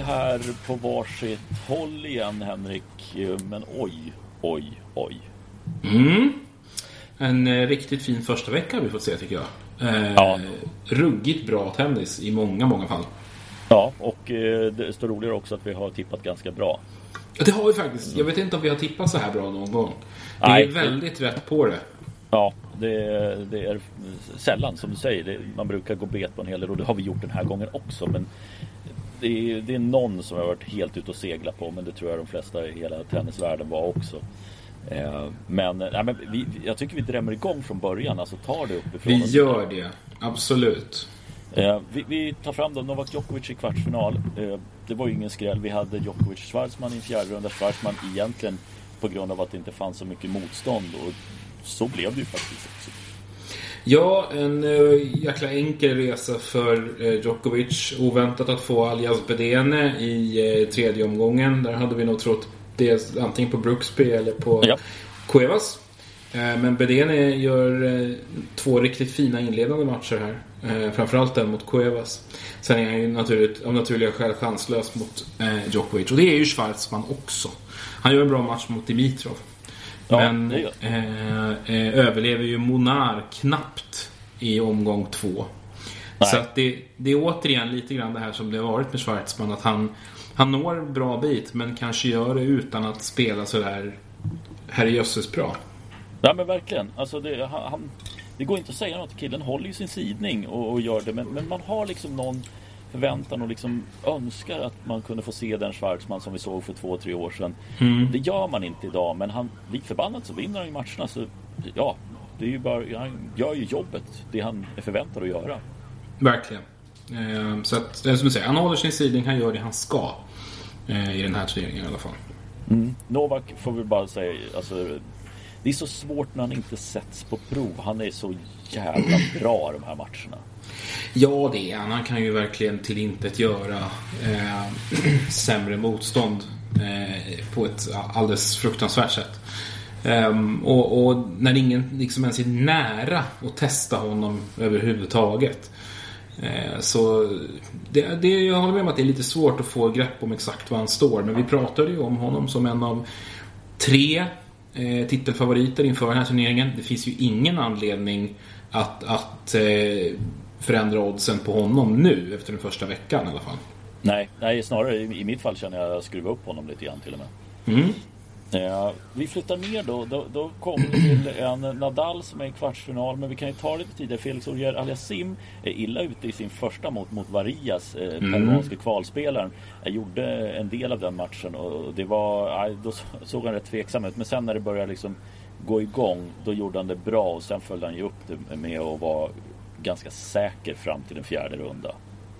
här på varsitt håll igen, Henrik. Men oj. En riktigt fin första vecka har vi fått se, tycker jag. Ruggigt bra tennis i många fall. Ja, och det står roligare också att vi har tippat ganska bra. Det har vi faktiskt. Jag vet inte om vi har tippat så här bra någon gång. Det är väldigt rätt på det. Ja, det är sällan, som du säger. Man brukar gå bet på en hel del, och det har vi gjort den här gången också. Men det är någon som har varit helt ute och segla på, men det tror jag de flesta i hela tennisvärlden var också. Jag tycker vi drämmer igång från början, alltså tar det uppifrån. Vi gör det, absolut. Vi tar fram då Novak Djokovic i kvartsfinal. Det var ju ingen skräll. Vi hade Djokovic-Schwarzman i en fjärde runda. Schwarzman egentligen på grund av att det inte fanns så mycket motstånd, och så blev det ju faktiskt också. Ja, en jäkla enkel resa för Djokovic. Oväntat att få Aljas Bedene i tredje omgången. Där hade vi nog trott det antingen på Brooksby eller på Cuevas. Men Bedene gör två riktigt fina inledande matcher här. Framförallt den mot Cuevas. Sen är han ju av naturliga skäl chanslös mot Djokovic. Och det är ju Schwarzman också. Han gör en bra match mot Dimitrov. Men överlever ju Monar knappt i omgång 2. Så att det är återigen lite grann det här som det har varit med Schwarzman. Att han når bra bit, men kanske gör det utan att spela så där herrejösses bra. Ja, men verkligen. Alltså det går inte att säga något. Killen håller ju sin sidning och gör det. Men man har liksom någon förväntan och liksom önskar att man kunde få se den Schwarzman som vi såg för 2-3 år sedan. Det gör man inte idag, men han likt förbannat så vinner han i matcherna. Så ja, det är ju bara, han gör ju jobbet, det han är förväntad att göra. Verkligen. Så att, det är som du säger, han håller sin sidning, han gör det han ska i den här turneringen i alla fall. Novak får vi bara säga, alltså, det är så svårt när han inte sätts på prov. Han är så jävla bra de här matcherna. Ja, det är han. Han kan ju verkligen till intet göra sämre motstånd på ett alldeles fruktansvärt sätt. Och när ingen liksom ens är nära att testa honom överhuvudtaget. Så jag håller med om att det är lite svårt att få grepp om exakt var han står. Men vi pratade ju om honom som en av 3 titelfavoriter inför den här turneringen. Det finns ju ingen anledning att förändra oddsen på honom nu efter den första veckan i alla fall. Nej, snarare i mitt fall känner jag att skruva upp honom lite grann till och med. Vi flyttar ner då kommer vi till en Nadal som är i kvartsfinal, men vi kan ju ta lite tidigare. Felix Auger-Aliassime är illa ute i sin första mot Varillas, peruanske kvalspelaren. Jag gjorde en del av den matchen och det var, då såg han rätt tveksam ut, men sen när det började liksom gå igång, då gjorde han det bra, och sen följde han ju upp det med att vara ganska säker fram till den fjärde runda.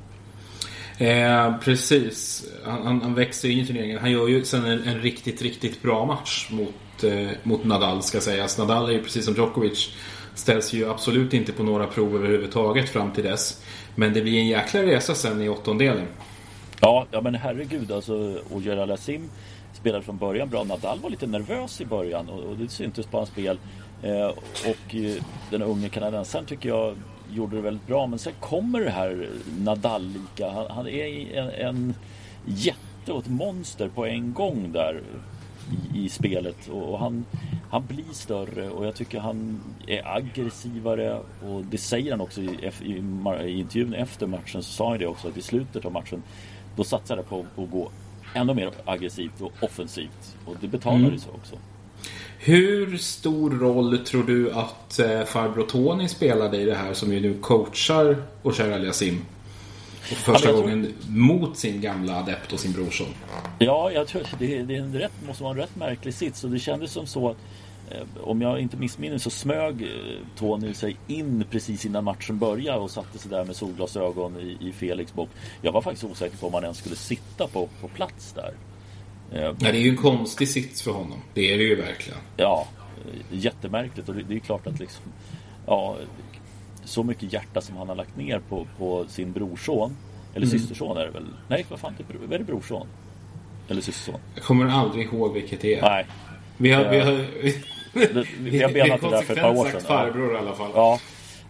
Precis. Han växer in i turneringen. Han gör ju sen en riktigt bra match mot Nadal, ska sägas. Nadal är ju precis som Djokovic, ställs ju absolut inte på några prov överhuvudtaget fram till dess. Men det blir en jäkla resa sen i åttondelen. Ja, men herregud, alltså Auger-Aliassime spelade från början bra. Nadal var lite nervös i början och det syntes på hans spel. Och den unge kanadensaren tycker jag gjorde det väldigt bra, men sen kommer det här Nadal-lika. Han är en jätte och ett monster på en gång där i spelet, och han blir större, och jag tycker han är aggressivare, och det säger han också i intervjun efter matchen. Så sa han det också, att i slutet av matchen då satsade på att gå ännu mer aggressivt och offensivt, och det betalade sig också. Hur stor roll tror du att farbror Tony spelade i det här, som ju nu coachar Auger-Aliassime första gången mot sin gamla adept och sin brorson? Ja, jag tror det måste vara en rätt märklig sits, och det kändes som så att om jag inte missminner så smög Tony sig in precis innan matchen började och satte sig där med solglasögon i Felix box. Jag var faktiskt osäker på om han ens skulle sitta på plats där. Ja, det är ju en konstig sits för honom. Det är det ju verkligen. Ja, jättemärkligt. Och det är klart att liksom, ja, så mycket hjärta som han har lagt ner på sin brorson. Eller systerson är det väl? Nej, vad fan, är det brorson? Eller systerson? Jag kommer aldrig ihåg vilket det är. Nej. Vi har benat det där för ett par år sedan. Farbror i alla fall. Ja.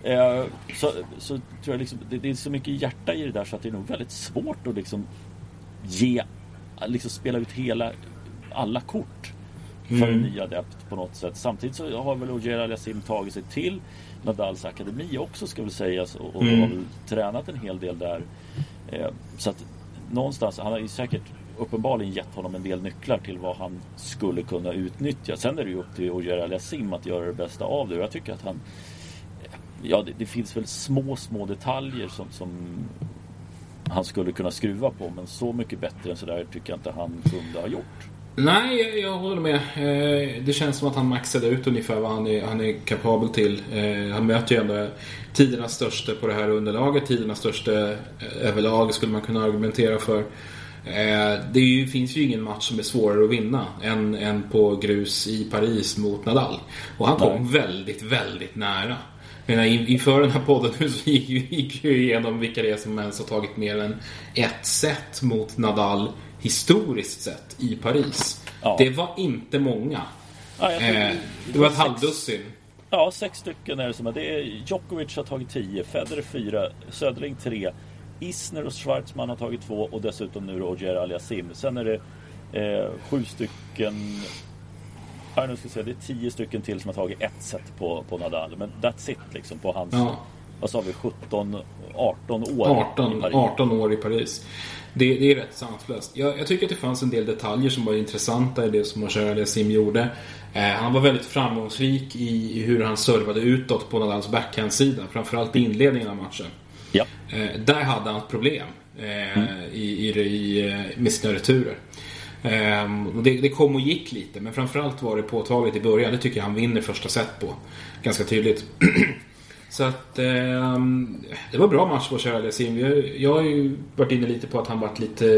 Så tror jag liksom, det är så mycket hjärta i det där, så att det är nog väldigt svårt att liksom liksom spela ut alla kort för en ny adept på något sätt. Samtidigt så har väl Auger Aliassime tagit sig till Nadals akademi också, ska väl sägas, och har väl tränat en hel del där. Så att någonstans, han har ju säkert uppenbarligen gett honom en del nycklar till vad han skulle kunna utnyttja. Sen är det ju upp till Auger Aliassime att göra det bästa av det. Och jag tycker att det finns väl små detaljer som han skulle kunna skruva på, men så mycket bättre än så där tycker jag inte han kunde ha gjort. Nej, jag håller med. Det känns som att han maxade ut ungefär vad han är kapabel till. Han möter ju ändå tidernas största på det här underlaget. Tidernas största överlag skulle man kunna argumentera för. Finns ju ingen match som är svårare att vinna än på grus i Paris mot Nadal. Och han kom väldigt, väldigt nära. Inför den här podden nu så gick ju igenom vilka det är som ens har tagit mer än ett set mot Nadal historiskt sett i Paris. Ja. Det var inte många. Ja, det var ett halvdussin. Ja, 6 stycken är det som är. Det är Djokovic har tagit 10, Federer 4, Söderling 3, Isner och Schwartzman har tagit 2 och dessutom nu Auger Aliassime. Sen är det 7 stycken. Nu ska jag säga, det är 10 stycken till som har tagit ett set på Nadal. Men that's it liksom på hans, vad sa vi, 18 år i Paris. Det är rätt sanslöst. Jag tycker att det fanns en del detaljer som var intressanta i det som Auger Aliassime gjorde. Han var väldigt framgångsrik i hur han servade utåt på Nadals backhandsida, framförallt i inledningen av matchen. Ja. Där hade han ett problem med sina returer. Det kom och gick lite, men framförallt var det påtagligt i början. Det tycker jag han vinner första set på ganska tydligt. Så att det var bra match på Auger Aliassime. Jag har ju varit inne lite på att han varit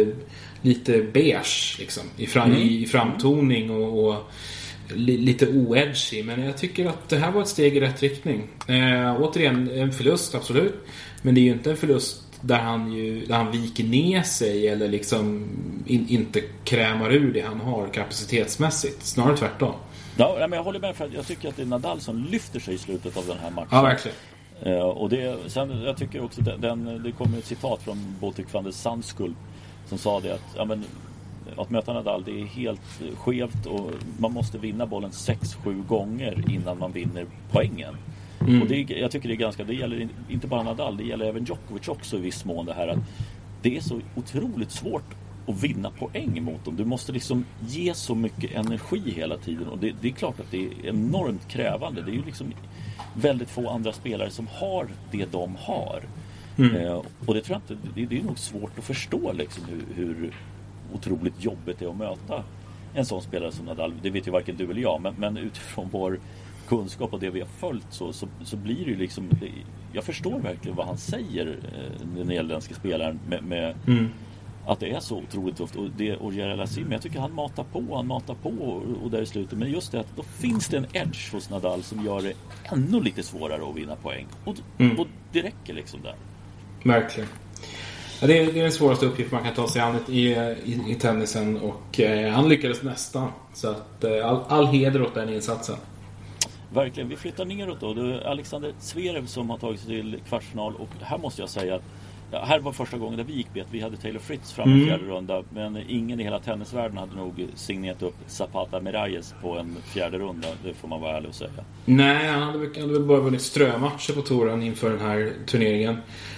lite beige liksom, i framtoning och lite oedgy, men jag tycker att det här var ett steg i rätt riktning. Återigen en förlust, absolut, men det är ju inte en förlust där han viker ner sig eller liksom inte krämar ur det han har kapacitetsmässigt, snarare tvärtom. Ja, men jag håller med, för jag tycker att det är Nadal som lyfter sig i slutet av den här matchen. Ja, verkligen. Och sen jag tycker också det kommer ett citat från Botic van der Zandskulp som sa det att möta Nadal, det är helt skevt och man måste vinna bollen 6-7 gånger innan man vinner poängen. Och jag tycker det gäller inte bara Nadal, det gäller även Djokovic också i viss mån, det här att det är så otroligt svårt att vinna poäng mot dem. Du måste liksom ge så mycket energi hela tiden, och det är klart att det är enormt krävande. Det är ju liksom väldigt få andra spelare som har det de har. Och det tror jag inte, det är nog svårt att förstå liksom hur otroligt jobbigt det är att möta en sån spelare som Nadal. Det vet ju varken du eller jag, men utifrån vår kunskap och det vi har följt så blir det ju liksom, jag förstår verkligen vad han säger, den nederländska spelaren med att det är så otroligt tufft. Och det Auger Aliassime, jag tycker han matar på och där i slutet, men just det att då finns det en edge hos Nadal som gör det ännu lite svårare att vinna poäng, och det räcker liksom där. Verkligen. Ja, det är den svåraste uppgift man kan ta sig an i tennisen, och han lyckades nästan, så att all heder åt den insatsen. Verkligen, vi flyttar neråt då. Det är Alexander Zverev som har tagit sig till kvartsfinal, och här måste jag säga att här var första gången där vi gick bet. Vi hade Taylor Fritz fram i fjärde runda, men ingen i hela tennisvärlden hade nog signerat upp Zapata Miralles på en fjärde runda, det får man vara ärlig och säga. Nej, han hade väl bara vunnit strömatcher på touren inför den här turneringen.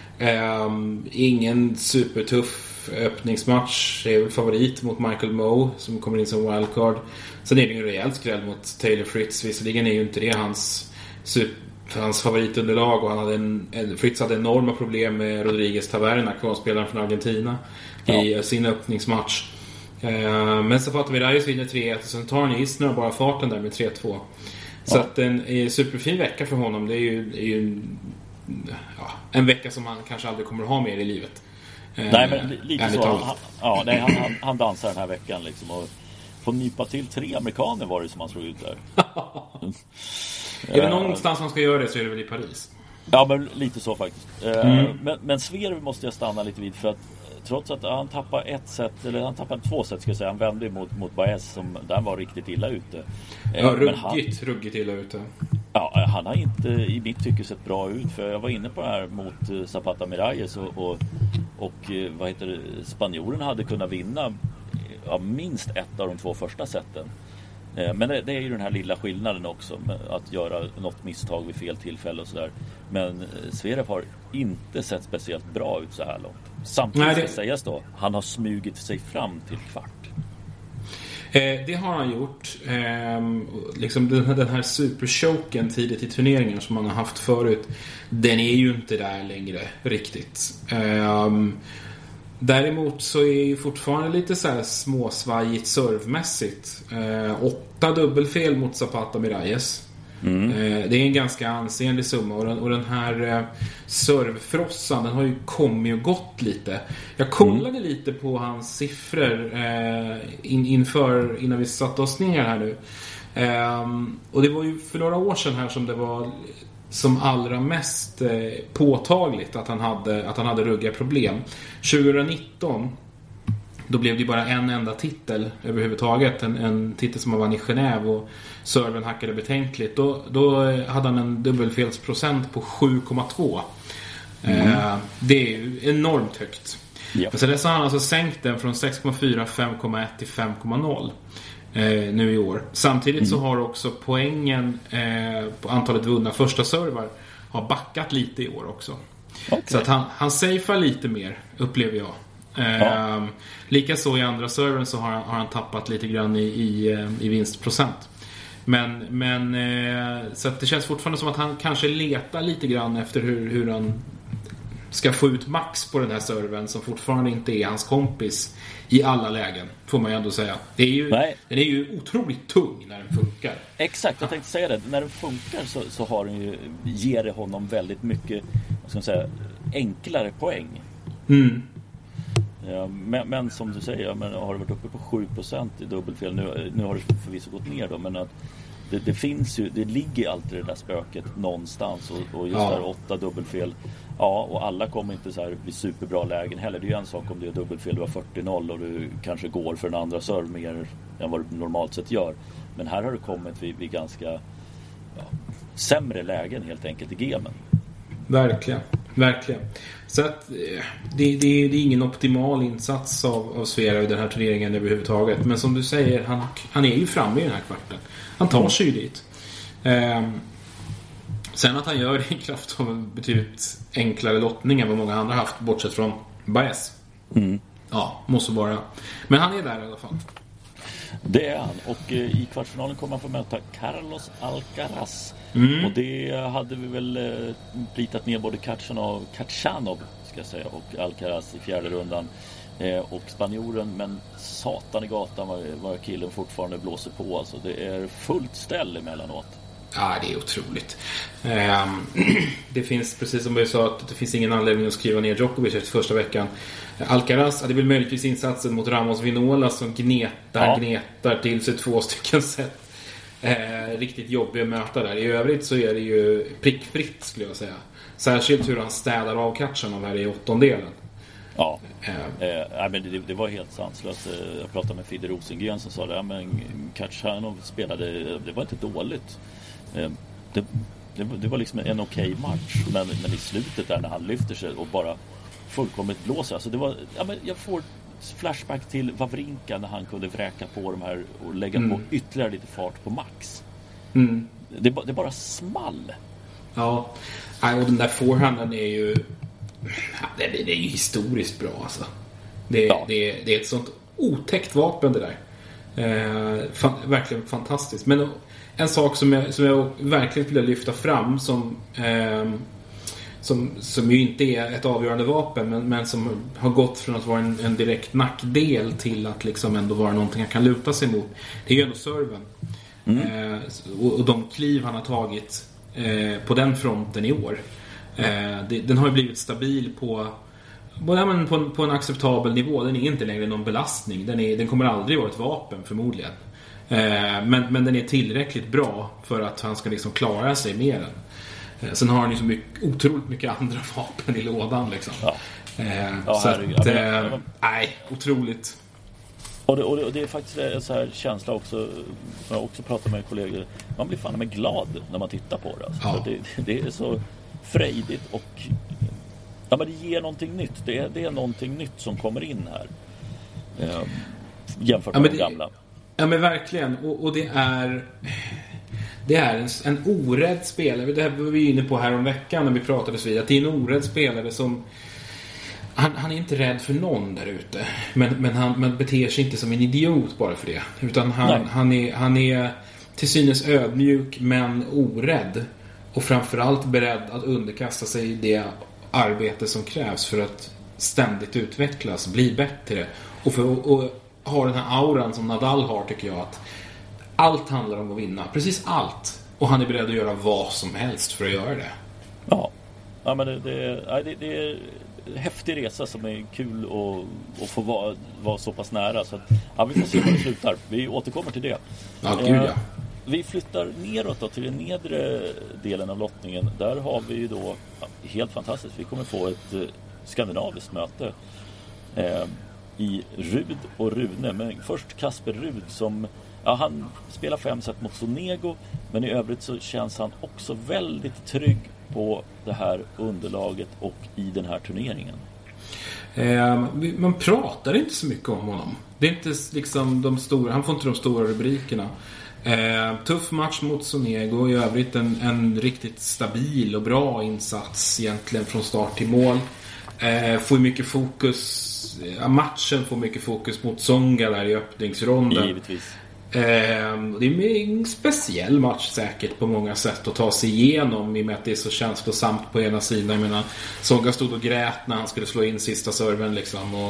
Ingen supertuff öppningsmatch. Det är väl favorit mot Michael Moe som kommer in som wildcard. Sen är det ju en rejält skräll mot Taylor Fritz. Visserligen är ju inte det hans favoritunderlag, och Fritz hade enorma problem med Rodriguez Taverna, kvarspelaren från Argentina, i sin öppningsmatch. Men Zapata Miralles vinner 3-1, och sen tar han Isner bara farten där med 3-2. Så att en superfin vecka för honom. Det är ju en vecka som han kanske aldrig kommer att ha mer i livet. Nej, men lite så. Han dansar den här veckan liksom, och får nypa till 3 amerikaner var det som han slog ut där. Är det någonstans man ska göra det, så är det väl i Paris. Ja, men lite så faktiskt. Men Zverev måste jag stanna lite vid, för att trots att han tappade ett set, eller han tappade 2 set ska jag säga, han vände mot Baez som där var riktigt illa ute. Ruggigt illa ute. Ja, han har inte i mitt tycke sett bra ut, för jag var inne på det här mot Zapata Miralles, och Och spanjoren hade kunnat vinna minst ett av de 2 första sätten. Men det är ju den här lilla skillnaden också med att göra något misstag vid fel tillfälle och sådär. Men Zverev har inte sett speciellt bra ut så här långt. Samtidigt ska sägas då, han har smugit sig fram till kvart. Det har han gjort. Liksom den här superchoken tidigt i turneringen som man har haft förut, den är ju inte där längre riktigt. Däremot så är ju fortfarande lite så här småsvajigt servmässigt. 8 dubbelfel mot Zapata Miralles. Det är en ganska ansenlig summa. Och den här servfrossan, den har ju kommit och gått lite. Jag kollade lite på hans siffror innan vi satte oss ner här nu. Och det var ju för några år sedan här som det var som allra mest påtagligt att han hade ruggiga problem. 2019 då blev det bara en enda titel överhuvudtaget, en titel som han vann i Genève och serven hackade betänkligt. Då hade han en dubbelfelsprocent på 7,2. Det är ju enormt högt. Ja. Men så dess har han alltså sänkt den från 6,4, 5,1 till 5,0 nu i år. Samtidigt så har också poängen på antalet vunna första servar har backat lite i år också. Okay. Så att han safear lite mer, upplever jag. Likaså i andra servern så har han tappat lite grann i vinstprocent. Men så att det känns fortfarande som att han kanske letar lite grann efter hur han ska få ut max på den här servern som fortfarande inte är hans kompis i alla lägen, får man ju ändå säga. Den är ju otroligt tung när den funkar. Exakt, jag tänkte säga det. När den funkar så har den ju, ger det honom väldigt mycket, vad ska man säga, enklare poäng. Ja, men som du säger, har det varit uppe på 7% i dubbelfel. Nu har det förvisso gått ner då, men att det finns ju, det ligger alltid det där spöket någonstans och just där 8 dubbelfel. Ja, och alla kommer inte så här vid superbra lägen heller. Det är ju en sak om det är dubbelfel, du har 40-0 och du kanske går för en andra serve mer än vad du normalt sett gör. Men här har du kommit vid ganska sämre lägen helt enkelt i gamen. Verkligen. Så att det är ingen optimal insats av Zverev i den här turneringen överhuvudtaget. Men som du säger, han är ju framme i den här kvarten. Han tar sig dit. Sen att han gör det i kraft av en betydligt enklare lottning än vad många andra haft, bortsett från Baez. Ja, måste vara. Men han är där i alla fall. Det är han. Och i kvartsfinalen kommer han få möta Carlos Alcaraz. Och det hade vi väl plitat ner både Khachanov ska jag säga, och Alcaraz i fjärde rundan. Och spanjoren, men satan i gatan var killen fortfarande blåser på. Alltså, det är fullt ställ emellanåt. Ja, det är otroligt. Det finns, precis som vi sa, att det finns ingen anledning att skriva ner Djokovic efter första veckan. Alcaraz hade väl möjligtvis insatsen mot Ramos Vinola som gnetar till sig 2 stycken set. Riktigt jobbig att möta där. I övrigt så är det ju prickfritt, skulle jag säga. Särskilt hur han städar av catchen av här i 8:ondelen. Ja, men det var helt sanslöst. Jag pratade med Fidde Rosengren som sa det, men Khachanov spelade, det var inte dåligt. Det var liksom en okej match, men i slutet där när han lyfter sig och bara fullkomligt blåser, alltså det var, men jag får flashback till Wawrinka när han kunde vräka på de här och lägga på ytterligare lite fart på max. Det bara small. Ja, och den där forehanden är ju det är ju historiskt bra alltså. Det är ett sånt otäckt vapen det där. Verkligen fantastiskt. Men en sak som jag verkligen vill lyfta fram som ju inte är ett avgörande vapen, men som har gått från att vara en direkt nackdel till att liksom ändå vara någonting han kan luta sig mot. Det är ju ändå serven. Och de kliv han har tagit på den fronten i år. Den har ju blivit stabil på en acceptabel nivå. Den är inte längre någon belastning. Den kommer aldrig vara ett vapen förmodligen. Men den är tillräckligt bra för att han ska liksom klara sig med den. Sen har han ju så otroligt mycket andra vapen i lådan liksom. Så att otroligt. Och det är faktiskt en så här känsla också. Jag har också pratat med kollegor. Man blir fan med glad när man tittar på det. Alltså. Det är så frejdigt och Ja, men det ger någonting nytt. Det är någonting nytt som kommer in här. Jämfört med de gamla. Ja, men verkligen. Och det är en orädd spelare. Det här var vi inne på här om veckan när vi pratades vid. Att det är en orädd spelare som... Han är inte rädd för någon där ute. Men han beter sig inte som en idiot bara för det. Utan han är till synes ödmjuk men orädd. Och framförallt beredd att underkasta sig det arbete som krävs för att ständigt utvecklas, bli bättre. Och ha den här auran som Nadal har, tycker jag, att allt handlar om att vinna. Precis allt. Och han är beredd att göra vad som helst för att göra det. Ja, men det är en häftig resa som är kul att få vara så pass nära. Så att, vi får se var det slutar. Vi återkommer till det. Ja, gud ja. Vi flyttar neråt då, till den nedre delen av lottningen. Där har vi ju då, helt fantastiskt, vi kommer få ett skandinaviskt möte i Rud och Rune. Men först Kasper Rud som, han spelar 5 set mot Sonego, men i övrigt så känns han också väldigt trygg på det här underlaget och i den här turneringen. Man pratar inte så mycket om honom. Det är inte liksom de stora, han får inte de stora rubrikerna. Tuff match mot Sonego, i övrigt en riktigt stabil och bra insats egentligen från start till mål. Får mycket fokus, matchen får mycket fokus mot Tsonga där i öppningsronden. Givetvis. Det är en speciell match säkert på många sätt att ta sig igenom, i och med att det är så känslosamt på ena sidan. Jag menar, Tsonga stod och grät när han skulle slå in sista serven liksom,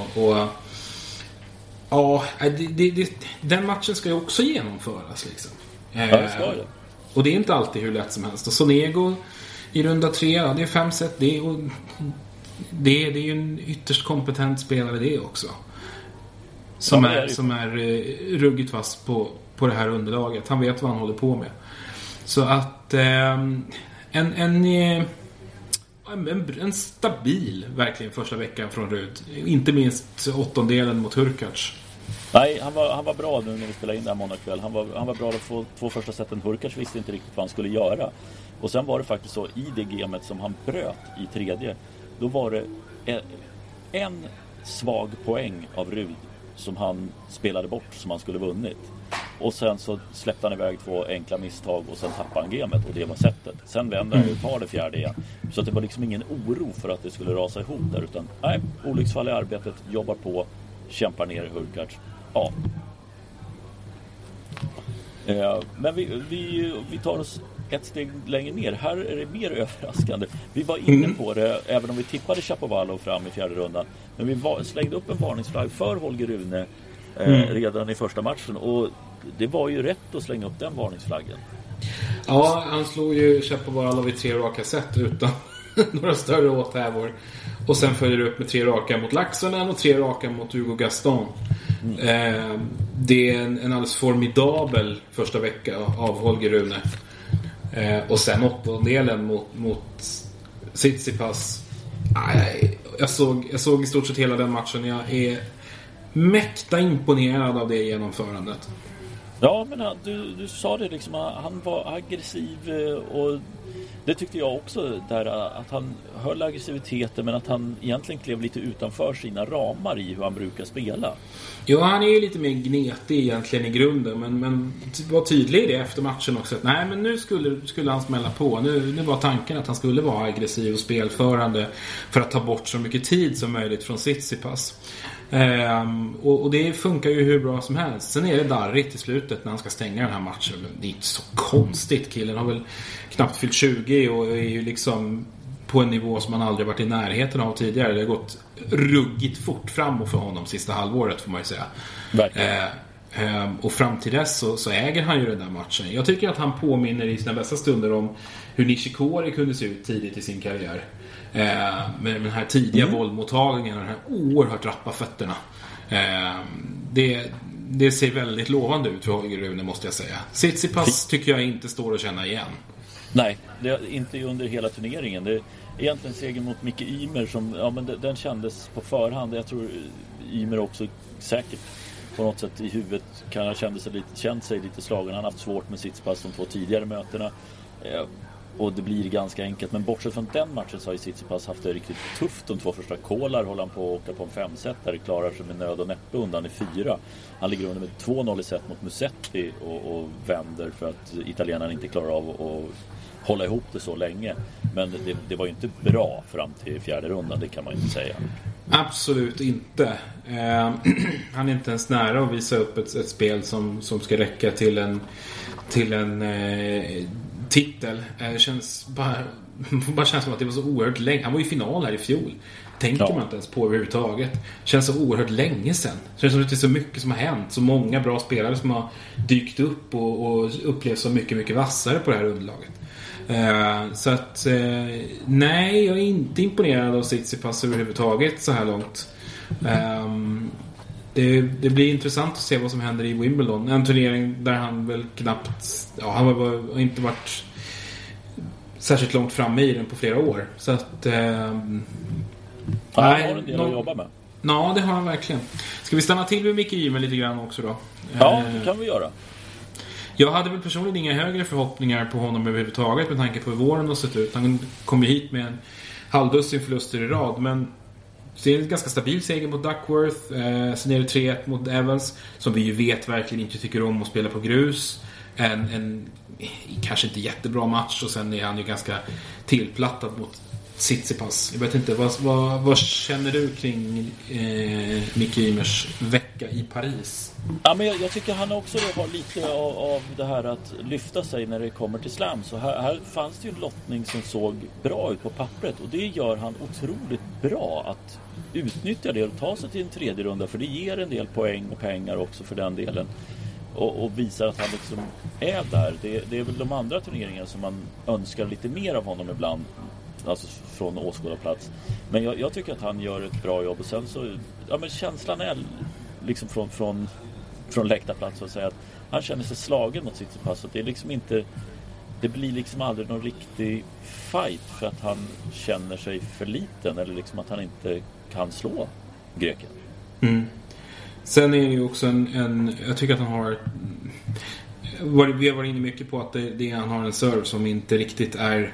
den matchen ska ju också genomföras liksom. Det ska det. Och det är inte alltid hur lätt som helst. Och Sonego i runda 3, det är 5 set. Det är ju en ytterst kompetent spelare det också. Som är ruggigt fast på det här underlaget. Han vet vad han håller på med. Så att en stabil verkligen första veckan från Rud. Inte minst 8:ondelen mot Hurkacz. Nej, han var bra nu när vi spelade in där måndag kväll. Han var bra att få 2 första seten. Hurkacz visste inte riktigt vad han skulle göra. Och sen var det faktiskt så, i det gamet som han bröt i 3:e, då var det en svag poäng av Rud som han spelade bort, som han skulle vunnit. Och sen så släppte han iväg 2 enkla misstag och sen tappade han gamet, och det var sättet. Sen vände han och tar det 4:e igen. Så att det var liksom ingen oro för att det skulle rasa ihop där, utan olycksfall i arbetet, jobbar på, kämpar ner Hurkacz. Ja. Men vi tar oss ett steg längre ner. Här är det mer överraskande. Vi var inne på det, även om vi tippade Shapovalov fram i 4:e rundan. Men vi slängde upp en varningsflagg för Holger Rune redan i första matchen. Och det var ju rätt att slänga upp den varningsflaggen. Ja, han slog ju Shapovalov i 3 raka set utan några större åthävor. Och sen följer det upp med 3 raka mot Laxonen och 3 raka mot Hugo Gaston. Det är en alldeles formidabel första vecka av Holger Rune. Och sen 8:ondelen mot Tsitsipas. Jag såg i stort sett hela den matchen. Jag är mäkta imponerad av det genomförandet. Ja, men du sa det liksom, han var aggressiv, och det tyckte jag också där, att han höll aggressiviteten, men att han egentligen klev lite utanför sina ramar i hur han brukar spela. Ja, han är ju lite mer gnetig egentligen i grunden, men var tydlig i det efter matchen också. Att, nej, men nu skulle han smälla på. Nu var tanken att han skulle vara aggressiv och spelförande för att ta bort så mycket tid som möjligt från Tsitsipas. Och det funkar ju hur bra som helst. Sen är det darrigt i slutet när han ska stänga den här matchen. Det är inte så konstigt. Killen har väl knappt fyllt 20 och är ju liksom på en nivå som man aldrig varit i närheten av tidigare. Det har gått ruggigt fort framåt för honom sista halvåret, får man ju säga. Och fram till dess så äger han ju den där matchen. Jag tycker att han påminner i sina bästa stunder om hur Nishikori kunde se ut tidigt i sin karriär. Med den här tidiga bollmottagningen och den här oerhört rappa fötterna. Det ser väldigt lovande ut för Holger Rune, måste jag säga. Tsitsipas tycker jag inte står att känna igen. Nej, det är inte under hela turneringen. Det är egentligen seger mot Micke Ymer som, men den kändes på förhand. Jag tror Ymer också säkert på något sätt i huvudet kan ha känt sig lite slagen. Han har haft svårt med Tsitsipas de 2 tidigare mötena. och det blir ganska enkelt. Men bortsett från den matchen så har ju Tsitsipas haft det riktigt tufft de 2 första. Kolar håller han på att åka på en 5-setare, klarar sig med nöd och näppe undan i 4. Han ligger under med 2-0 i set mot Musetti och vänder för att italienarna inte klarar av att hålla ihop det så länge. Men det var ju inte bra fram till 4:e rundan, det kan man inte säga. Absolut inte. Han är inte ens nära att visa upp ett spel som ska räcka till en titel. Det känns bara känns som att det var så oerhört länge. Han var ju i final här i fjol. Tänker man inte ens på överhuvudtaget. Känns så oerhört länge sedan. Känns som att det är så mycket som har hänt. Så många bra spelare som har dykt upp och upplevs som mycket, mycket vassare på det här underlaget. Så att nej, jag är inte imponerad av Tsitsipas överhuvudtaget så här långt. Det blir intressant att se vad som händer i Wimbledon. En turnering där han väl knappt han har inte varit särskilt långt framme i den på flera år. Så att han har en del att jobba med. Ja, det har han verkligen. Ska vi stanna till med Micke Ymer lite grann också då? Ja, det kan vi göra. Jag hade väl personligen inga högre förhoppningar på honom överhuvudtaget med tanke på hur våren har sett ut. Han kom ju hit med en halvdussin förluster i rad, men det är en ganska stabil seger mot Duckworth. Sen är det 3-1 mot Evans, som vi ju vet verkligen inte tycker om att spela på grus. En kanske inte jättebra match, och sen är han ju ganska tillplattad mot Tsitsipas. Jag vet inte, vad känner du kring Micke Ymers vecka i Paris? Ja, men jag tycker han också har lite av det här att lyfta sig när det kommer till slam. Så här fanns det ju en lottning som såg bra ut på pappret, och det gör han otroligt bra att utnyttja det och ta sig till en 3:e runda, för det ger en del poäng och pengar också för den delen. Och visar att han liksom är där. Det är väl de andra turneringarna som man önskar lite mer av honom ibland, alltså från åskådarplats. Men jag tycker att han gör ett bra jobb. Och sen så, men känslan är liksom från läktarplats så att säga att han känner sig slagen mot Tsitsipas. Det är liksom inte, det blir liksom aldrig någon riktig fight för att han känner sig för liten, eller liksom att han inte kan slå greken. Sen är det ju också jag tycker att han har vi har varit inne mycket på att han har en serve som inte riktigt är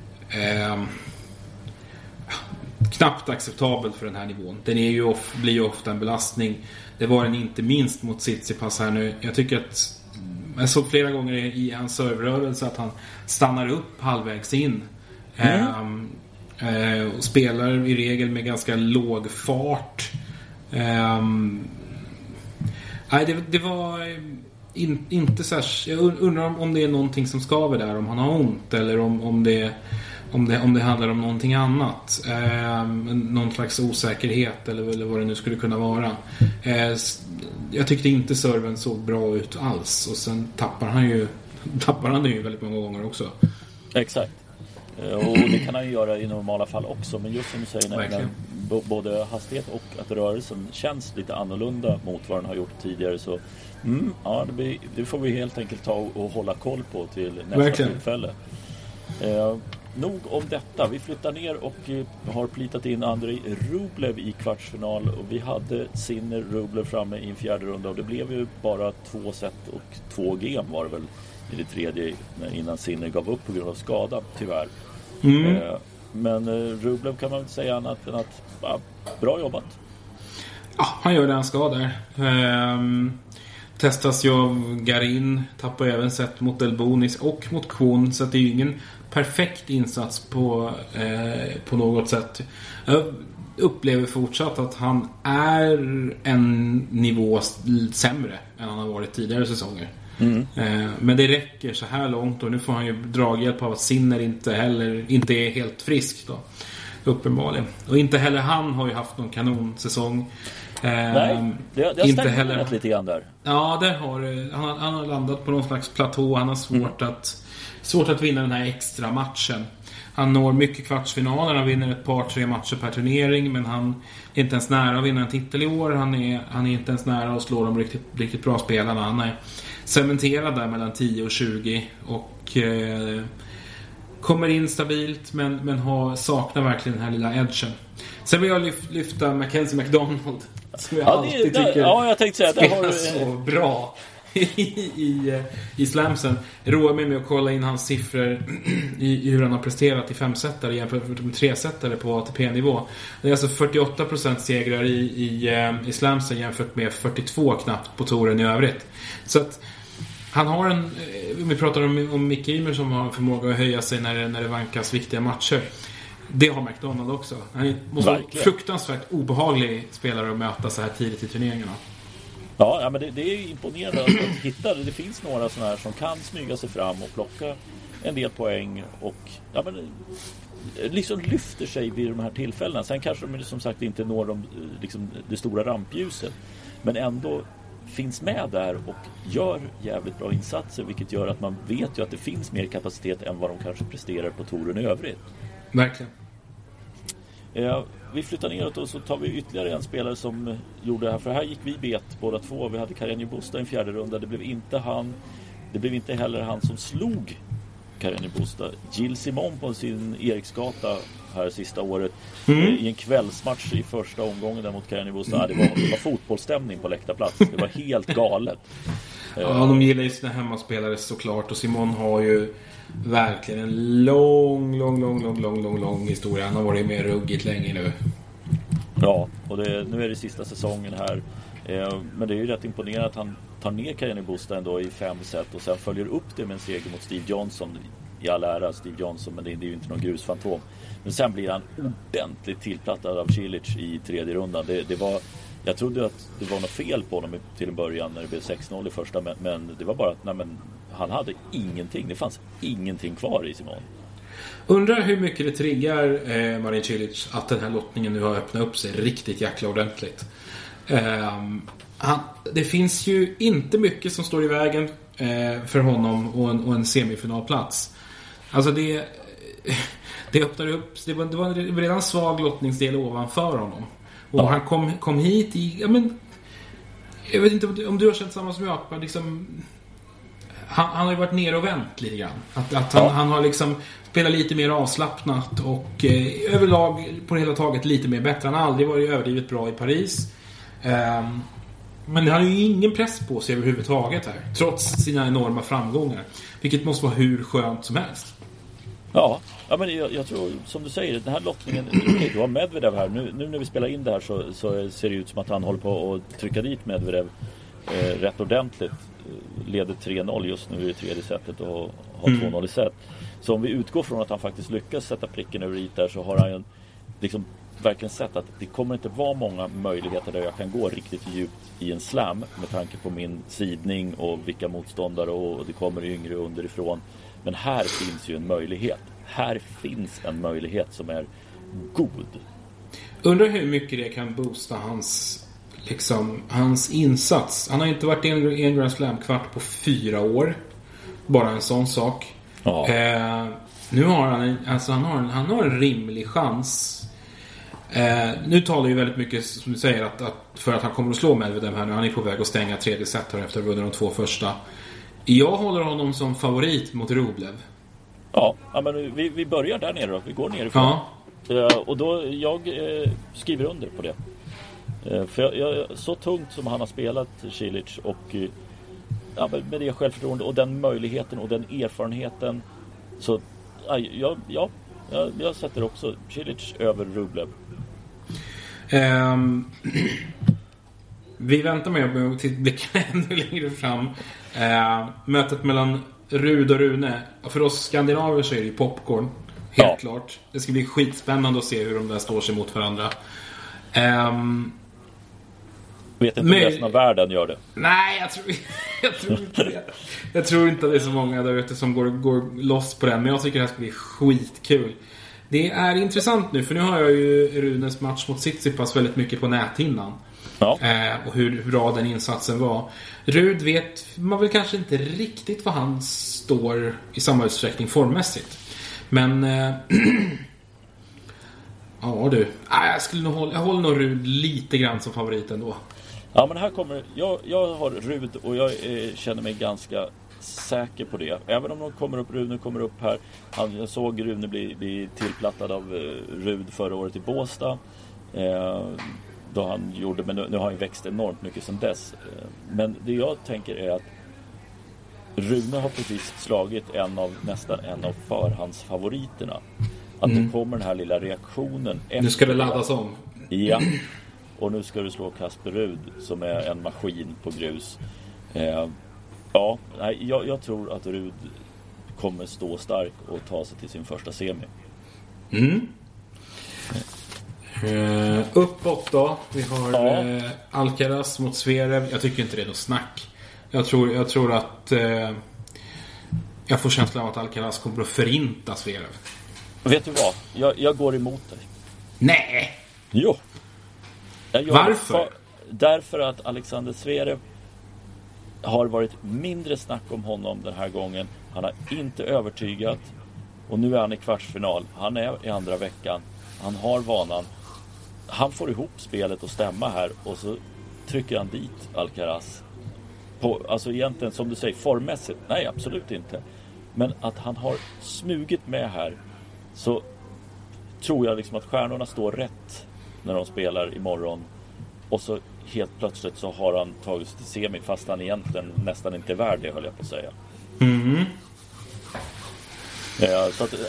knappt acceptabel för den här nivån. Den är ju blir ju ofta en belastning. Det var den inte minst mot Tsitsipas här nu. Jag tycker att jag såg flera gånger i hans serverörelse att han stannar upp halvvägs in. Och spelar i regel med ganska låg fart. Nej, det var inte särskilt. Jag undrar om det är någonting som skaver där, om han har ont, eller om det handlar om någonting annat. Någon slags osäkerhet eller vad det nu skulle kunna vara. Jag tyckte inte serven såg bra ut alls, och sen tappar han ju väldigt många gånger också. Exakt. Och det kan han ju göra i normala fall också, men just som du säger, när både hastighet och att rörelsen känns lite annorlunda mot vad den har gjort tidigare, så det får vi helt enkelt ta och hålla koll på till nästa tillfälle. Nog om detta. Vi flyttar ner och har plitat in Andrei Rublev i kvartsfinal, och vi hade Sinner Rublev framme i en 4:e runda, och det blev ju bara 2 set och 2 game var det väl i det 3:e innan Sinner gav upp på grund av skada, tyvärr. Men Rublev kan man inte säga annat än att bra jobbat. Ja, han gör det han ska där. Testas ju av Garin, tappar även sett mot Delbonis och mot Kwon, så att det är ju ingen perfekt insats på något sätt. Jag upplever fortsatt att han är en nivå sämre än han har varit tidigare säsonger. Men det räcker så här långt, och nu får han ju draghjälp av att Sinner inte är helt frisk då, uppenbarligen. Och inte heller han har ju haft någon kanonsäsong. Nej, det har inte heller lite grann där. Ja, där han har landat på någon slags platå. Han har svårt att vinna den här extra matchen. Han når mycket kvartsfinaler, han vinner ett par 3 matcher per turnering, men han är inte ens nära att vinna en titel i år. Han är inte ens nära att slå de riktigt bra spelarna. Han är cementerad där mellan 10 och 20 och kommer in stabilt, men saknar verkligen den här lilla edgen. Sen vill jag lyfta Mackenzie McDonald, som jag alltid tycker jag tänkte säga, spelar så bra. i slamsen. Roar mig med att kolla in hans siffror i hur han har presterat i 5-setare jämfört med 3-setare på ATP-nivå. Det är alltså 48% segrar i slamsen jämfört med 42 knappt på touren i övrigt. Så att han har vi pratar om Mick Ymer som har förmåga att höja sig när det vankas viktiga matcher. Det har McDonald också. Han måste vara fruktansvärt obehaglig spelare att möta så här tidigt i turneringarna. Ja, men det är imponerande att hitta det. Det finns några sådana här som kan smyga sig fram och plocka en del poäng och liksom lyfter sig vid de här tillfällena. Sen kanske de som sagt inte når liksom det stora rampljuset, men ändå finns med där och gör jävligt bra insatser, vilket gör att man vet ju att det finns mer kapacitet än vad de kanske presterar på touren i övrigt. Verkligen. Vi flyttar neråt och så tar vi ytterligare en spelare som gjorde det här. För här gick vi bet båda två. Vi hade Carreño Busta i en fjärde runda. Det blev inte han. Det blev inte heller han som slog Carreño Busta. Gilles Simon på sin Eriksgata här sista året. I en kvällsmatch i första omgången där mot Carreño Busta. Det var fotbollsstämning på läktarplats. Det var helt galet. Ja, de gillar ju sina hemmaspelare såklart. Och Simon har ju verkligen en lång historia. Han har varit med ruggigt länge nu. Ja, och nu är det sista säsongen här. Men det är ju rätt imponerande att han tar ner Carreño Busta ändå i 5 set och sen följer upp det med en seger mot Steve Johnson. I all ära Steve Johnson, men det är ju inte någon grusfantom. Men sen blir han ordentligt tillplattad av Cilic i tredje rundan. Jag trodde att det var något fel på honom till en början när det blev 6-0 i första, men det var bara att han hade ingenting. Det fanns ingenting kvar i Simon. Undrar hur mycket det triggar Marin Cilic att den här lottningen nu har öppnat upp sig riktigt jäkla ordentligt. Det finns ju inte mycket som står i vägen för honom och en semifinalplats. Alltså det öppnar upp. Det var redan en svag lottningsdel ovanför honom. Och han kom hit i... jag vet inte om du har känt samma som jag. Liksom, han har ju varit ner och vänt lite grann. Han har liksom spelat lite mer avslappnat och överlag på det hela taget lite mer bättre. Han har aldrig varit överdrivet bra i Paris. Men han har ju ingen press på sig överhuvudtaget här. Trots sina enorma framgångar. Vilket måste vara hur skönt som helst. Ja, men jag tror, som du säger, den här lottningen, du har Medvedev här. Nu när vi spelar in det här så ser det ut som att han håller på att trycka dit Medvedev rätt ordentligt. Leder 3-0 just nu i tredje setet och har 2-0 i set. Så om vi utgår från att han faktiskt lyckas sätta pricken över i där, så har han liksom verkligen sett att det kommer inte vara många möjligheter där jag kan gå riktigt djupt i en slam med tanke på min sidning och vilka motståndare, och det kommer yngre underifrån. Men här finns ju en möjlighet. Här finns en möjlighet som är god. Undrar hur mycket det kan boosta hans insats. Han har inte varit i en Grand Slam-kvart på 4 år. Bara en sån sak. Ja. Nu har han har en rimlig chans. Nu talar ju väldigt mycket, som du säger, att för att han kommer att slå Medvedev här nu. Han är på väg att stänga tredje set här efter att ha vunnit de 2 första. Jag håller honom som favorit mot Rublev. Ja, men vi börjar där nere då. Vi går nerifrån. Ja. Och då jag skriver under på det. För jag så tungt som han har spelat Cilic och med det självförtroende och den möjligheten och den erfarenheten, så jag sätter också Cilic över Rublev. Vi väntar med att blicka ännu längre fram. Mötet mellan Rud och Rune. För oss skandinaver så är det ju popcorn. Helt klart. Det ska bli skitspännande att se hur de där står sig mot varandra. Vet inte om resten av världen gör det. Nej, jag tror inte det. Jag tror inte att det är så många där ute som går loss på den. Men jag tycker det här ska bli skitkul. Det är intressant nu, för nu har jag ju Runes match mot Tsitsipas väldigt mycket på näthinnan. Ja. Och hur bra den insatsen var. Rud vet man väl kanske inte riktigt vad han står i samma utsträckning formmässigt. Men ja du, jag håller nog Rud lite grann som favorit ändå. Ja, men här kommer jag har Rud och jag känner mig ganska säker på det. Även om Rune kommer upp här. Jag såg Rune bli tillplattad av Rud förra året i Båstad. Då han gjorde, men nu har han växt enormt mycket sedan dess. Men det jag tänker är att Rune har precis slagit nästan en av förhandsfavoriterna. Att det kommer den här lilla reaktionen efter. Nu ska det laddas om. Ja. Och nu ska du slå Kasper Ruud som är en maskin på grus. Jag tror att Ruud kommer stå stark och ta sig till sin första semi. Uppåt då. Vi har Alcaraz mot Zverev. Jag tycker inte det är något snack. Jag tror att jag får känslan av att Alcaraz kommer att förinta Zverev. Vet du vad? Jag går emot dig. Nej! Jo. Varför? Därför att Alexander Zverev har varit mindre snack om honom den här gången. Han har inte övertygat. Och nu är han i kvartsfinal. Han är i andra veckan. Han har vanan. Han får ihop spelet och stämma här. Och så trycker han dit Alcaraz. Alltså egentligen som du säger formmässigt. Nej, absolut inte. Men att han har smugit med här. Så tror jag liksom att stjärnorna står rätt när de spelar imorgon. Och så helt plötsligt så har han tagit sig till semi fast han egentligen nästan inte är värd det, höll jag på att säga. Så att,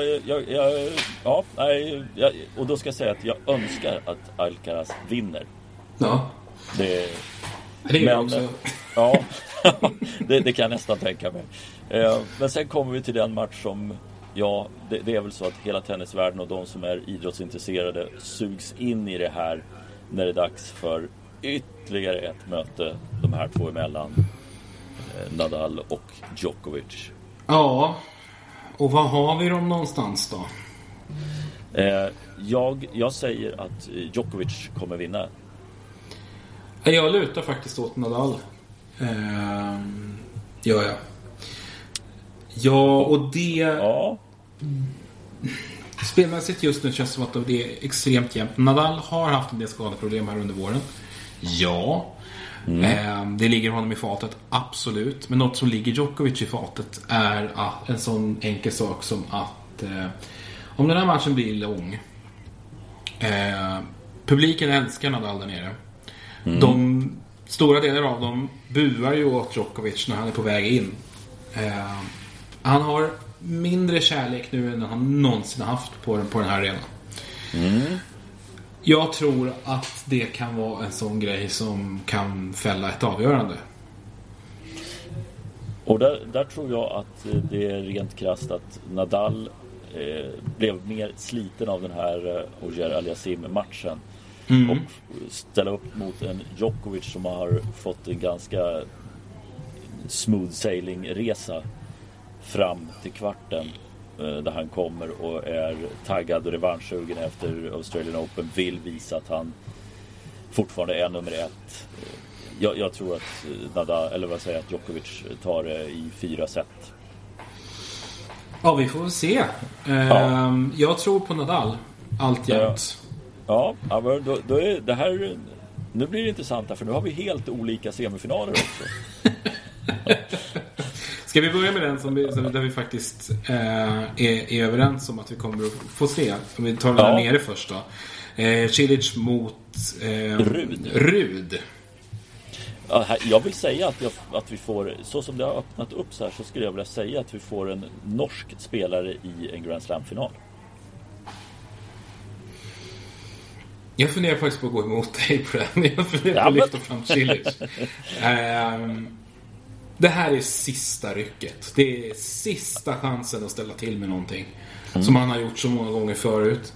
och då ska jag säga att jag önskar att Alcaraz vinner. Ja. Det är men, också. Ja, det kan jag nästan tänka mig. Men sen kommer vi till den match som det är väl så att hela tennisvärlden och de som är idrottsintresserade sugs in i det här när det är dags för ytterligare ett möte de här två emellan, Nadal och Djokovic. Ja, och vad har vi dem någonstans då? Jag säger att Djokovic kommer vinna. Jag lutar faktiskt åt Nadal. Gör jag. Ja, och det... Ja. Spelmässigt just nu känns det som att det är extremt jämnt. Nadal har haft en del skadeproblem här under våren. Ja. Det ligger honom i fatet, absolut. Men något som ligger Djokovic i fatet är en sån enkel sak som att om den här matchen blir lång, publiken älskar Nadal där nere. De stora delar av dem buar ju åt Djokovic när han är på väg in. Han har mindre kärlek nu än han någonsin har haft på den här arenan. Jag tror att det kan vara en sån grej som kan fälla ett avgörande. Och där tror jag att det är rent krasst att Nadal blev mer sliten av den här Auger Aliassime-matchen. Och ställa upp mot en Djokovic som har fått en ganska smooth sailing-resa fram till kvarten, där han kommer och är taggad och revanschsugen efter Australian Open, vill visa att han fortfarande är nummer ett. Jag tror att att Djokovic tar det i 4 set. Ja, vi får se. Jag tror på Nadal alltjämt. Ja, då är det här, nu blir det intressant här, för nu har vi helt olika semifinaler också. Ska vi börja med den där vi faktiskt är överens om att vi kommer att få se? Om vi tar den där nere först då. Cilic mot Ruud. Jag vill säga att vi får, så som det har öppnat upp så här, så skulle jag vilja säga att vi får en norsk spelare i en Grand Slam-final. Jag funderar faktiskt på att gå emot dig på den. Jag funderar på att lyfta fram Cilic. Det här är sista rycket. Det är sista chansen att ställa till med någonting. Som han har gjort så många gånger förut.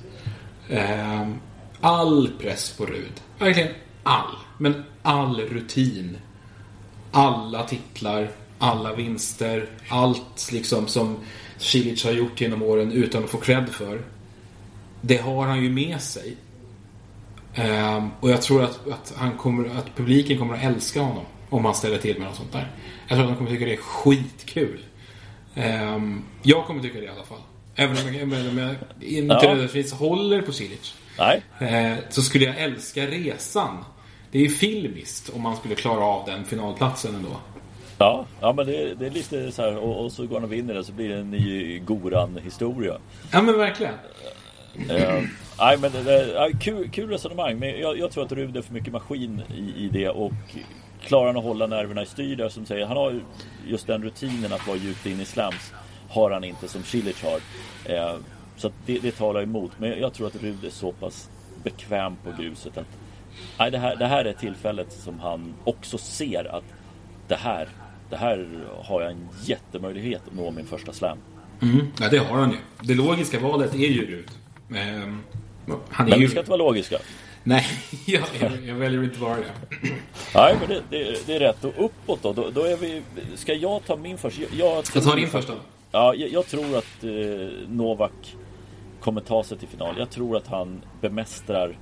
All press på Ruud. Verkligen all. Men all rutin. Alla titlar. Alla vinster. Allt liksom som Cilic har gjort genom åren utan att få cred för. Det har han ju med sig. Och jag tror att publiken kommer att älska honom om han ställer till med något sånt där. Jag tror att de kommer tycka det är skitkul. Jag kommer tycka det i alla fall. Även om jag inte nödvändigtvis håller på Cilic. Så skulle jag älska resan. Det är ju filmiskt om man skulle klara av den finalplatsen ändå. Ja, men det är lite så här, och så går han och vinner det, så blir det en ny Goran-historia. Ja, men verkligen. Nej, men det är kul resonemang. Men jag tror att Ruud är för mycket maskin i det. Och klarar han att hålla nerverna i styr där, som säger. Han har just den rutinen att vara djupt in i slams. Har han inte som Cilic har. Så att det talar emot. Men jag tror att Rud är så pass bekväm på gruset att nej, det här är tillfället som han också ser att det här har jag en jättemöjlighet att nå min första slam. Ja, det har han ju. Det logiska valet är ju Rud. Men vi ska inte vara logiska. Nej, jag väljer inte vara det. Nej, men det är rätt. Och uppåt då är vi... Ska jag ta min först? Jag tar din först då. Ja, jag tror att Novak kommer ta sig till final. Jag tror att han bemästrar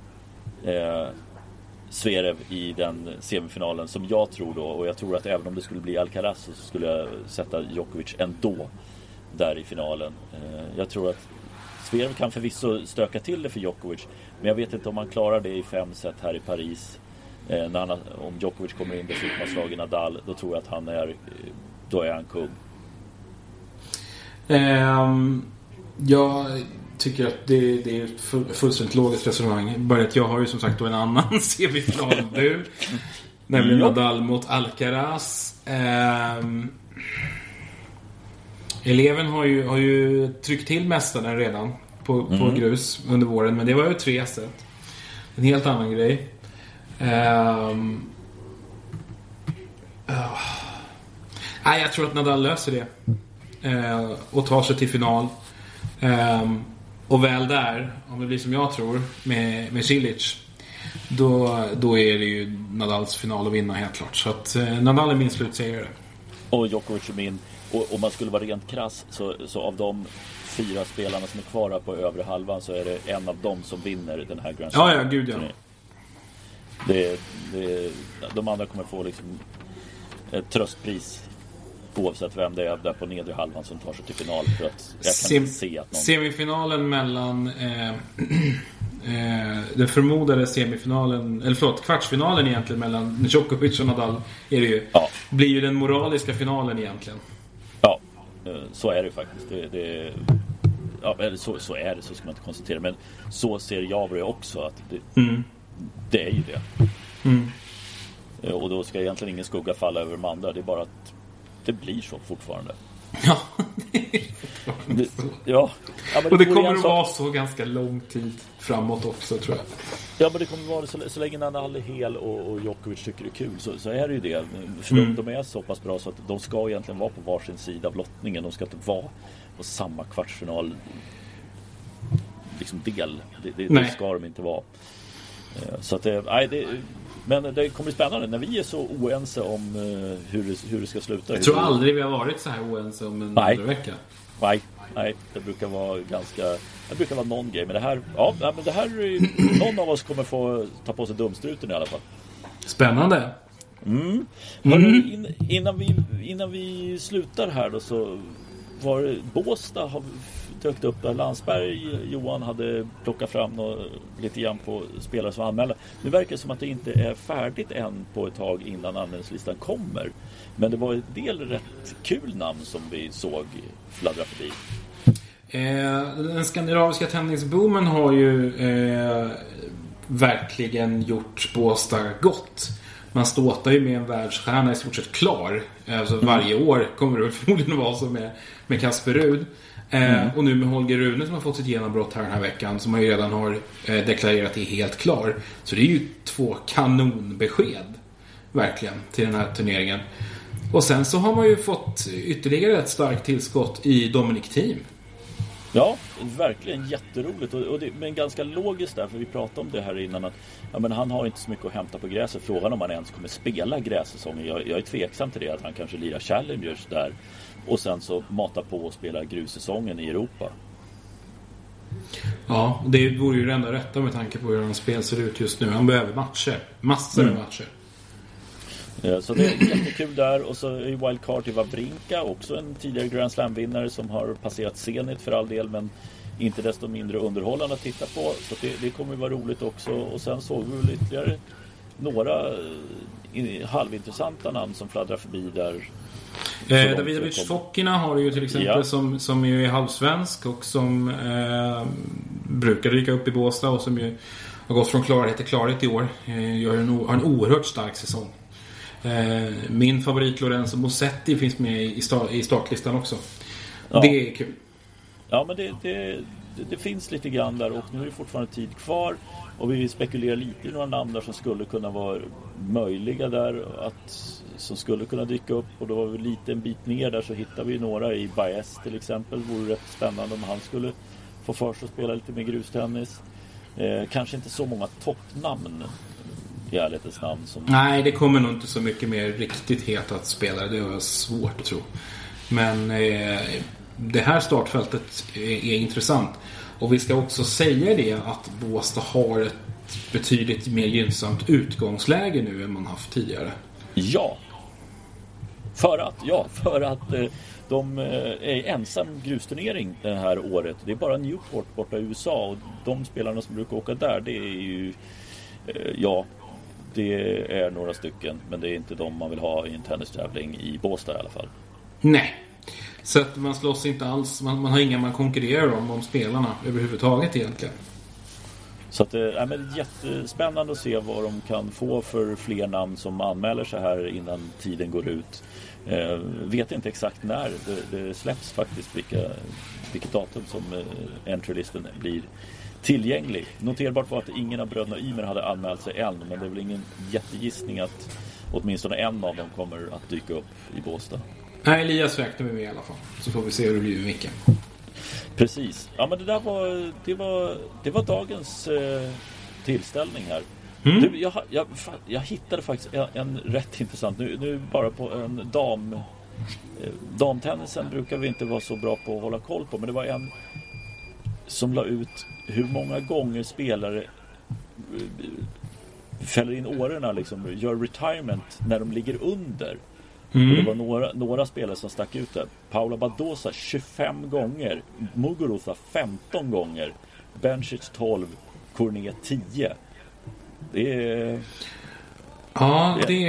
Zverev i den semifinalen som jag tror då. Och jag tror att även om det skulle bli Alcaraz så skulle jag sätta Djokovic ändå där i finalen. Jag tror att Zverev kan förvisso stöka till det för Djokovic, men jag vet inte om han klarar det i 5 set här i Paris. Om Djokovic kommer in dessutom har slagit Nadal, då tror jag att då är han kung. Jag tycker att det är ett fullständigt logiskt resonemang. Bara att jag har ju som sagt då en annan semifinalbud, nämligen Nadal mot Alcaraz. Eleven har ju tryckt till mästaren redan på grus under våren, men det var ju 3 set. En helt annan grej. Nej, jag tror att Nadal löser det och tar sig till final. Och väl där, om det blir som jag tror med Cilic, då är det ju Nadals final att vinna helt klart. Så att Nadal är min slutsegrare. Och Djokovic är min. Och om man skulle vara rent krass så av de 4 spelarna som är kvar på övre halvan så är det en av dem som vinner den här Grand Slam. Ja, gud ja. De andra kommer få liksom ett tröstpris oavsett vem det är där på nedre halvan som tar sig till final, för att jag kan inte se att någon... Semifinalen mellan den förmodade semifinalen, eller förlåt, kvartsfinalen egentligen mellan Djokovic och Nadal är det ju, blir ju den moraliska finalen egentligen. Ja, så är det faktiskt. Så är det, så ska man inte konstatera, men så ser jag det också, att det är ju det. Och då ska egentligen ingen skugga falla över de andra, det är bara att det blir så fortfarande. Ja, det är fortfarande så. Ja, och det kommer att vara så ganska lång tid framåt också, tror jag. Ja, men det kommer att vara så länge Nadal är hel och Djokovic tycker det är kul, så är det ju det. För de är så pass bra så att de ska egentligen vara på varsin sida av lottningen. De ska inte vara på samma kvartsfinal liksom del. Det ska de inte vara. Så att men det kommer bli spännande när vi är så oense om hur det ska sluta. Jag tror aldrig vi har varit så här oense om en vecka. Nej, det brukar vara någon grej. Men det här, men det här någon av oss kommer få ta på sig dumstruten i alla fall. Spännande. Innan vi slutar här då, så var det Båstad har dök upp där Landsberg, Johan hade plockat fram lite grann på spelare som anmälda. Nu verkar det som att det inte är färdigt än på ett tag innan anmälningslistan kommer. Men det var en del rätt kul namn som vi såg fladdra förbi. Den skandinaviska tennisboomen har ju verkligen gjort Båstad gott. Man ståtar ju med en världsstjärna i stort sett klar. Alltså varje år kommer det förmodligen vara så med Kasper Rud. Och nu med Holger Rune som har fått sitt genombrott här den här veckan, som man ju redan har deklarerat är helt klar. Så det är ju 2 kanonbesked verkligen till den här turneringen. Och sen så har man ju fått ytterligare ett starkt tillskott i Dominic Thiem. Ja, verkligen jätteroligt och men ganska logiskt där, för vi pratade om det här innan att men han har inte så mycket att hämta på gräset. Frågan om han ens kommer spela grässäsongen. Jag är tveksam till det, att han kanske lirar Challengers där och sen så matar på och spelar grussäsongen i Europa. Ja, det vore ju det enda rätta med tanke på hur hans spel ser ut just nu. Han behöver matcher, massor av matcher. Så det är jättekul där. Och så är wildcard till Wawrinka, också en tidigare Grand Slam-vinnare som har passerat Zenit för all del, men inte desto mindre underhållande att titta på. Så det kommer ju vara roligt också. Och sen såg vi väl ytterligare några halvintressanta namn som fladdrar förbi där. Davidovic Fokina har ju till exempel som är halvsvensk och som brukar dyka upp i Båstad och som ju har gått från klarhet till klarhet i år. Har en oerhört stark säsong. Min favorit Lorenzo Musetti finns med i startlistan också. Ja. Det är kul. Ja, men det finns lite grann där, och nu är det fortfarande tid kvar, och vi spekulerar lite i några namn där som skulle kunna vara möjliga där, som skulle kunna dyka upp, och då var vi lite en bit ner där så hittar vi några i Baez till exempel. Vore rätt spännande om han skulle få för sig att spela lite mer grustennis. Kanske inte så många toppnamn i ärlighetens namn som... Nej, det kommer nog inte så mycket mer riktigt heta spelare. Det är svårt att tro. Men det här startfältet är intressant. Och vi ska också säga det att Båstad har ett betydligt mer gynnsamt utgångsläge nu än man haft tidigare. Ja. För att de är ensam grusturnering det här året. Det är bara Newport borta i USA, och de spelarna som brukar åka där, det är ju det är några stycken, men det är inte de man vill ha i en tennistävling i Båstad i alla fall. Nej. Så att man slåss inte alls, man har inga man konkurrerar om spelarna överhuvudtaget egentligen. Så att men det är jättespännande att se vad de kan få för fler namn som anmäler sig här innan tiden går ut. Vet inte exakt när det släpps faktiskt, vilket datum som entry-listen blir tillgänglig. Noterbart var att ingen av bröderna Ymer hade anmält sig än, men det är väl ingen jättegissning att åtminstone en av dem kommer att dyka upp i Båstad. Nej, Elias räknar vi med i alla fall. Så får vi se hur det blir med Micke. Precis. Ja, men det var dagens tillställning här. Du, jag hittade faktiskt en rätt intressant. Nu bara på en damtennisen brukar vi inte vara så bra på att hålla koll på, men det var en som la ut hur många gånger spelare fäller in årorna, liksom gör retirement när de ligger under. Och det var några spelare som stack ut där. Paula Badosa 25 gånger, Muguruza 15 gånger, Bencic 12, Cornet 10. Det är... Ja, det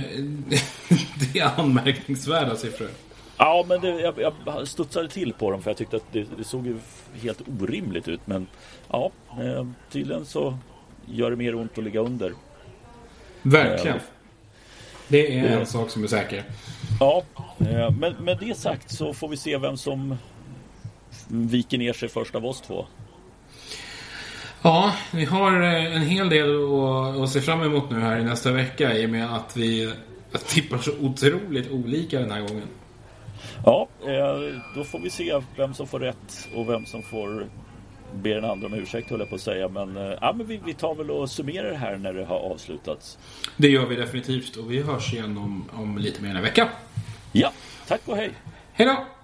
är anmärkningsvärda siffror. Ja, men jag studsade till på dem, för jag tyckte att det såg ju helt orimligt ut. Men ja, tydligen så gör det mer ont att ligga under. Verkligen. Det är en sak som är säker. Ja, men med det sagt så får vi se vem som viker ner sig först av oss två. Ja, vi har en hel del att se fram emot nu här i nästa vecka, i och med att vi tippar så otroligt olika den här gången. Ja, då får vi se vem som får rätt och vem som får be den andra om ursäkt, höll jag på att säga. Men vi tar väl och summerar det här när det har avslutats. Det gör vi definitivt, och vi hörs igen om lite mer en vecka. Ja, tack och hej. Hej då!